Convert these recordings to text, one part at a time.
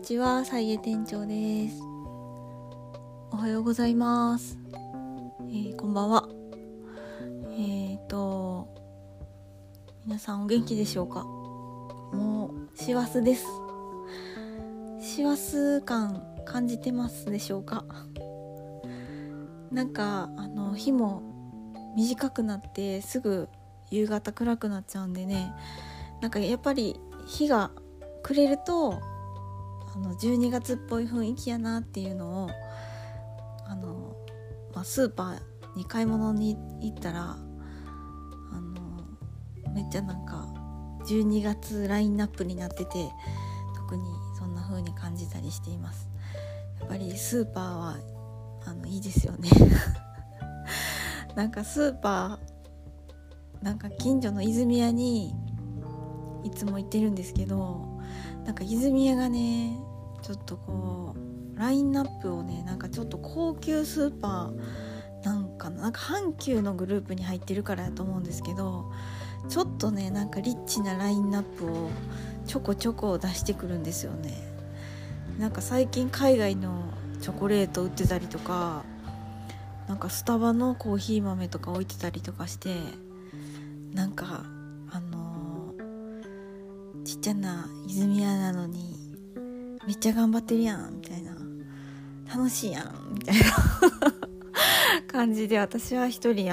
ちは、さいえ店長です。おはようございます。こんばんは。皆さんお元気でしょうか。もう師走です。師走感感じてますでしょうか。なんか日も短くなってすぐ夕方暗くなっちゃうんでね、なんかやっぱり日が暮れると12月っぽい雰囲気やなっていうのをスーパーに買い物に行ったらめっちゃなんか12月ラインナップになってて、特にそんな風に感じたりしています。やっぱりスーパーはいいですよねなんかスーパーなんか近所の泉屋にいつも行ってるんですけど、なんか泉屋がねちょっとこうラインナップをねなんかちょっと高級スーパーなんか阪急のグループに入ってるからだと思うんですけど、ちょっとねなんかリッチなラインナップをちょこちょこ出してくるんですよね。なんか最近海外のチョコレート売ってたりとか、なんかスタバのコーヒー豆とか置いてたりとかして、なんかちっちゃな泉屋なのにめっちゃ頑張ってるやんみたいな、楽しいやんみたいな感じで、私は一人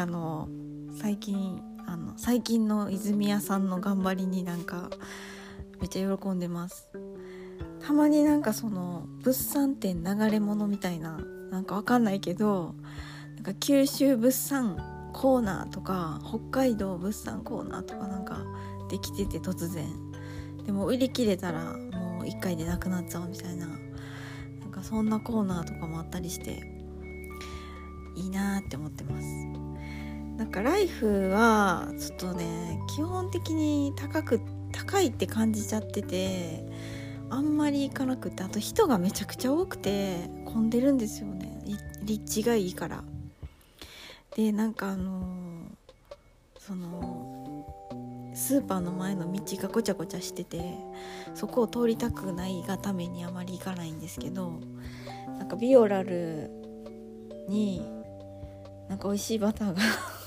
最近の泉屋さんの頑張りになんかめっちゃ喜んでます。たまになんかその物産展流れ物みたいな、なんかわかんないけど、なんか九州物産コーナーとか北海道物産コーナーとかなんかできてて、突然でも売り切れたらもう1回でなくなっちゃうみたいな、なんかそんなコーナーとかもあったりしていいなって思ってます。なんかライフはちょっとね基本的に高いって感じちゃってて、あんまり行かなくて、あと人がめちゃくちゃ多くて混んでるんですよね。立地がいいから。でなんかそのスーパーの前の道がごちゃごちゃしてて、そこを通りたくないがためにあまり行かないんですけど、なんかビオラルになんか美味しいバターが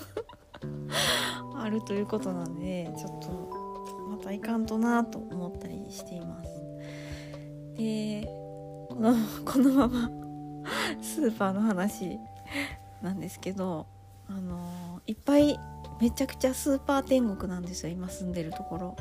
あるということなんで、ちょっとまた行かんとなと思ったりしています。でこのままスーパーの話なんですけど、いっぱいめちゃくちゃスーパー天国なんですよ、今住んでるところ。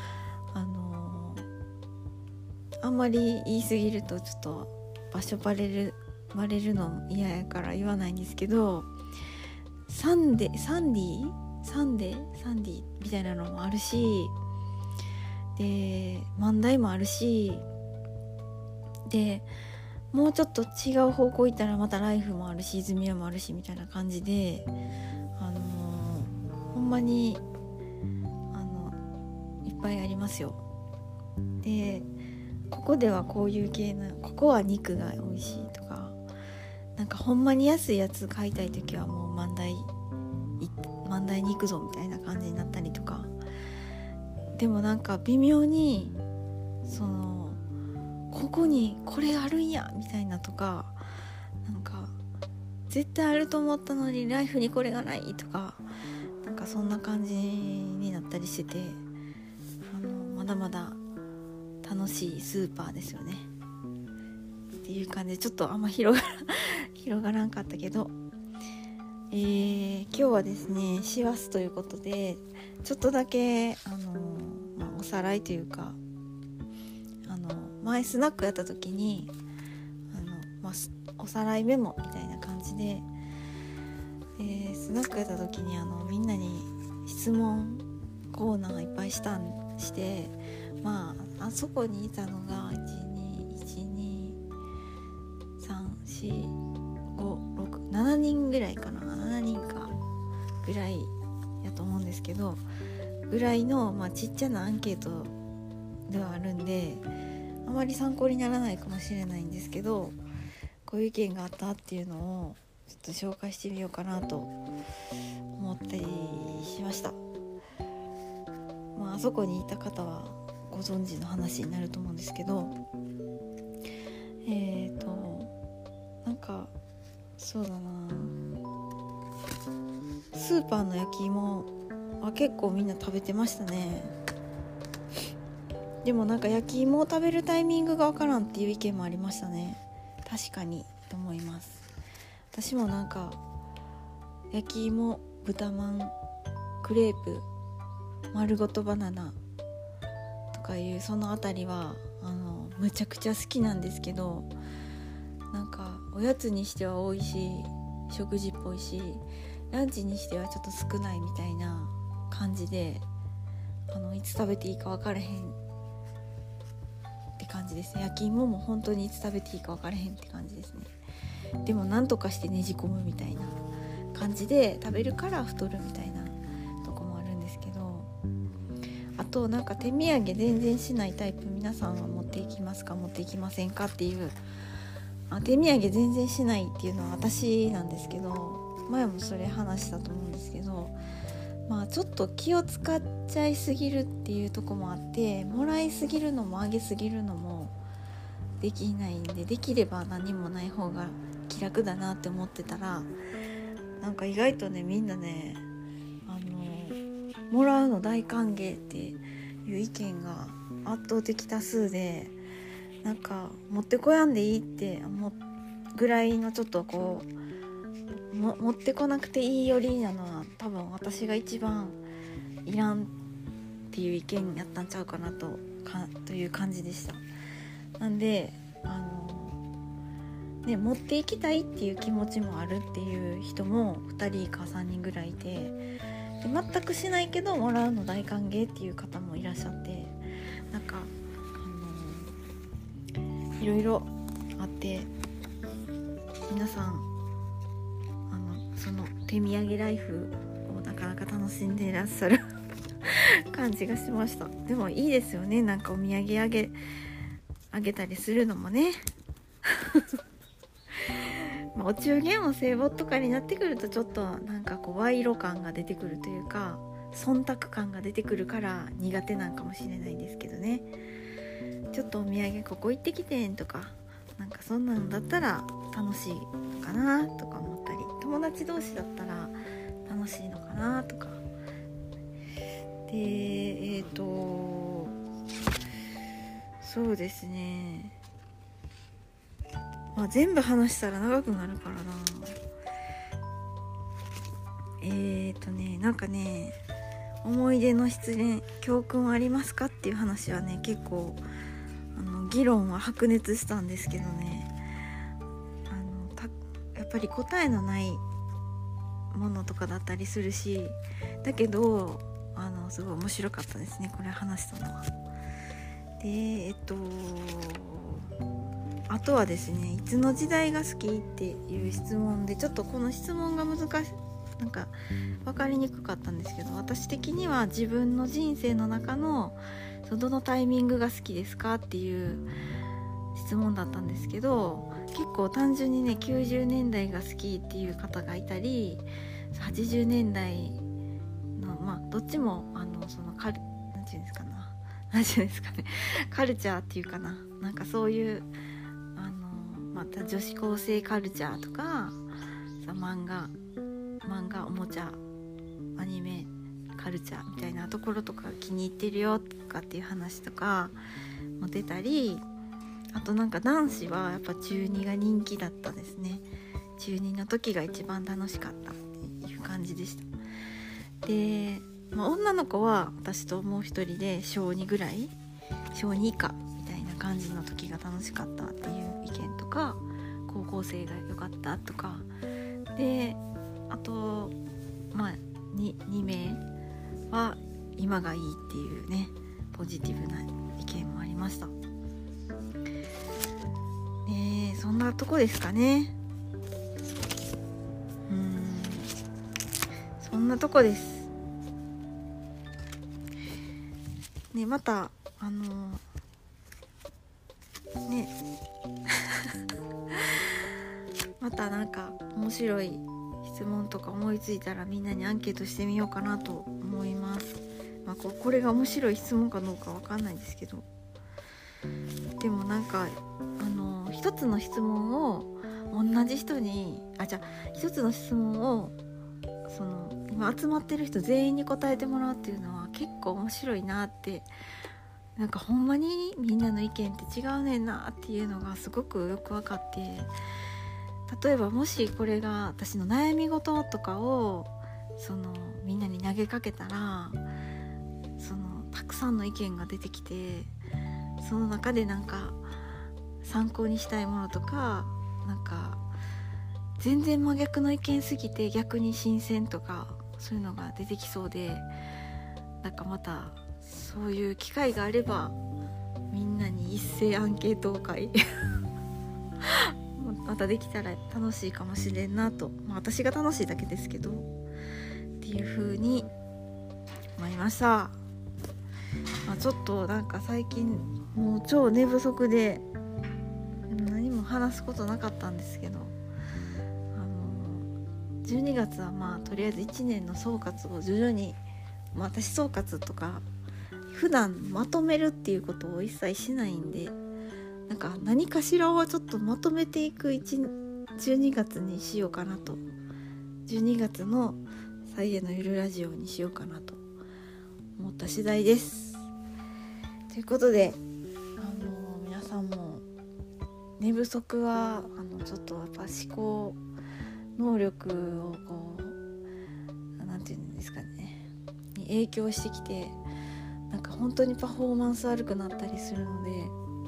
あんまり言い過ぎるとちょっと場所バレるの嫌やから言わないんですけど、サンデーみたいなのもあるし、で万代もあるし、でもうちょっと違う方向行ったらまたライフもあるし泉屋もあるしみたいな感じで、ほんまにいっぱいありますよ。でここではこういう系の、ここは肉が美味しいとか、なんかほんまに安いやつ買いたい時はもう万代に行くぞみたいな感じになったりとか。でもなんか微妙にここにこれあるんやみたいなとか、なんか絶対あると思ったのにライフにこれがないとか、なんかそんな感じになったりしてて、まだまだ楽しいスーパーですよねっていう感じで、ちょっとあんま広がらんかったけど、今日はですね師走ということで、ちょっとだけおさらいというか、前スナックやった時におさらいメモみたいな感じで、スナックやった時にみんなに質問コーナーいっぱいして、あそこにいたのが7人ぐらいかな、7人かぐらいやと思うんですけど、ぐらいの、ちっちゃなアンケートではあるんで、あまり参考にならないかもしれないんですけど、こういう意見があったっていうのをちょっと紹介してみようかなと思ったりしました。あそこにいた方はご存知の話になると思うんですけど、 なんかそうだな、スーパーの焼き芋は結構みんな食べてましたね。でもなんか焼き芋を食べるタイミングがわからんっていう意見もありましたね。確かにと思います。私もなんか焼き芋、豚まん、クレープ、丸ごとバナナとかいうそのあたりはむちゃくちゃ好きなんですけど、なんかおやつにしては多いし食事っぽいし、ランチにしてはちょっと少ないみたいな感じで、いつ食べていいか分からへんって感じですね。焼き芋も本当にいつ食べていいか分からへんって感じですね。でもなんとかしてねじ込むみたいな感じで食べるから太るみたいなとこもあるんですけど、あとなんか手土産全然しないタイプ、皆さんは持っていきますか持っていきませんかっていう、手土産全然しないっていうのは私なんですけど、前もそれ話したと思うんですけど、ちょっと気を使っちゃいすぎるっていうとこもあって、もらいすぎるのもあげすぎるのもできないんで、できれば何もない方が気楽だなって思ってたら、なんか意外とねみんなねもらうの大歓迎っていう意見が圧倒的多数で、なんか持ってこやんでいいって思うぐらいの、ちょっとこう持ってこなくていいよりなのは多分私が一番いらんっていう意見やったんちゃうかなという感じでした。なんで持っていきたいっていう気持ちもあるっていう人も2人か3人ぐらいいて、で全くしないけどもらうの大歓迎っていう方もいらっしゃって、なんかいろいろあって、皆さんその手土産ライフをなかなか楽しんでいらっしゃる感じがしました。でもいいですよね、なんかお土産あげたりするのもねお中元も聖母とかになってくるとちょっとなんかこう賄賂感が出てくるというか、忖度感が出てくるから苦手なんかもしれないんですけどね。ちょっとお土産ここ行ってきてんとか、なんかそんなのだったら楽しいのかなとか思ったり、友達同士だったら楽しいのかなとかで、そうですね、全部話したら長くなるからな。なんかね、思い出の失恋教訓ありますかっていう話はね、結構議論は白熱したんですけどね、やっぱり答えのないものとかだったりするし、だけどすごい面白かったですね、これ話したのは。であとはですね、いつの時代が好きっていう質問で、ちょっとこの質問が難しい、なんか分かりにくかったんですけど、私的には自分の人生の中のどのタイミングが好きですかっていう質問だったんですけど、結構単純にね90年代が好きっていう方がいたり、80年代のどっちもそのなんていうんですかねカルチャーっていうかな、なんかそういうまた女子高生カルチャーとか漫画おもちゃアニメカルチャーみたいなところとか気に入ってるよとかっていう話とかも出たり、あとなんか男子はやっぱ中2が人気だったですね。中2の時が一番楽しかったっていう感じでした。で、女の子は私ともう一人で小2ぐらい、小2以下みたいな感じの時が楽しかったっていう意見とか、高校生が良かったとかで、あと2名は今がいいっていうね、ポジティブな意見もありました。そんなとこですかね。そんなとこですね。またまたなんか面白い質問とか思いついたらみんなにアンケートしてみようかなと思います。これが面白い質問かどうかわかんないですけど、でもなんか一つの質問を同じ人に一つの質問を今集まってる人全員に答えてもらうっていうのは結構面白いなって、なんかほんまにみんなの意見って違うねんなっていうのがすごくよく分かって、例えばもしこれが私の悩み事とかをみんなに投げかけたらたくさんの意見が出てきて、その中でなんか参考にしたいものとか、なんか全然真逆の意見すぎて逆に新鮮とかそういうのが出てきそうで、なんかまたそういう機会があればみんなに一斉アンケート会またできたら楽しいかもしれんなと、私が楽しいだけですけどっていう風に思いました。ちょっとなんか最近もう超寝不足で何も話すことなかったんですけど、12月はとりあえず1年の総括を徐々に、私総括とか普段まとめるっていうことを一切しないんで、なんか何かしらをちょっとまとめていく12月にしようかなと、12月のサイエのゆるラジオにしようかなと思った次第です。ということで皆さんも寝不足はちょっとやっぱ思考能力をなんていうんですかねに影響してきて、なんか本当にパフォーマンス悪くなったりするので、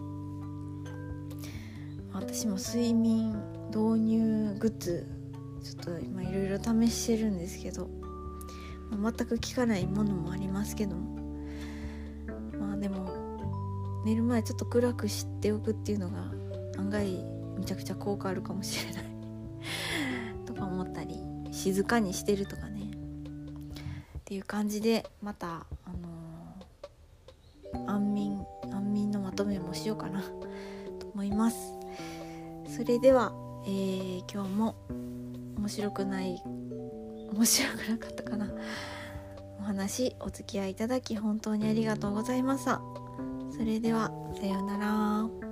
私も睡眠導入グッズちょっと今いろいろ試してるんですけど、全く効かないものもありますけども、でも寝る前ちょっと暗くしておくっていうのが案外めちゃくちゃ効果あるかもしれないとか思ったり、静かにしてるとかねっていう感じで、また安眠のまとめもしようかなと思います。それでは、今日も面白くなかったかな、お話お付き合いいただき本当にありがとうございました。それではさようなら。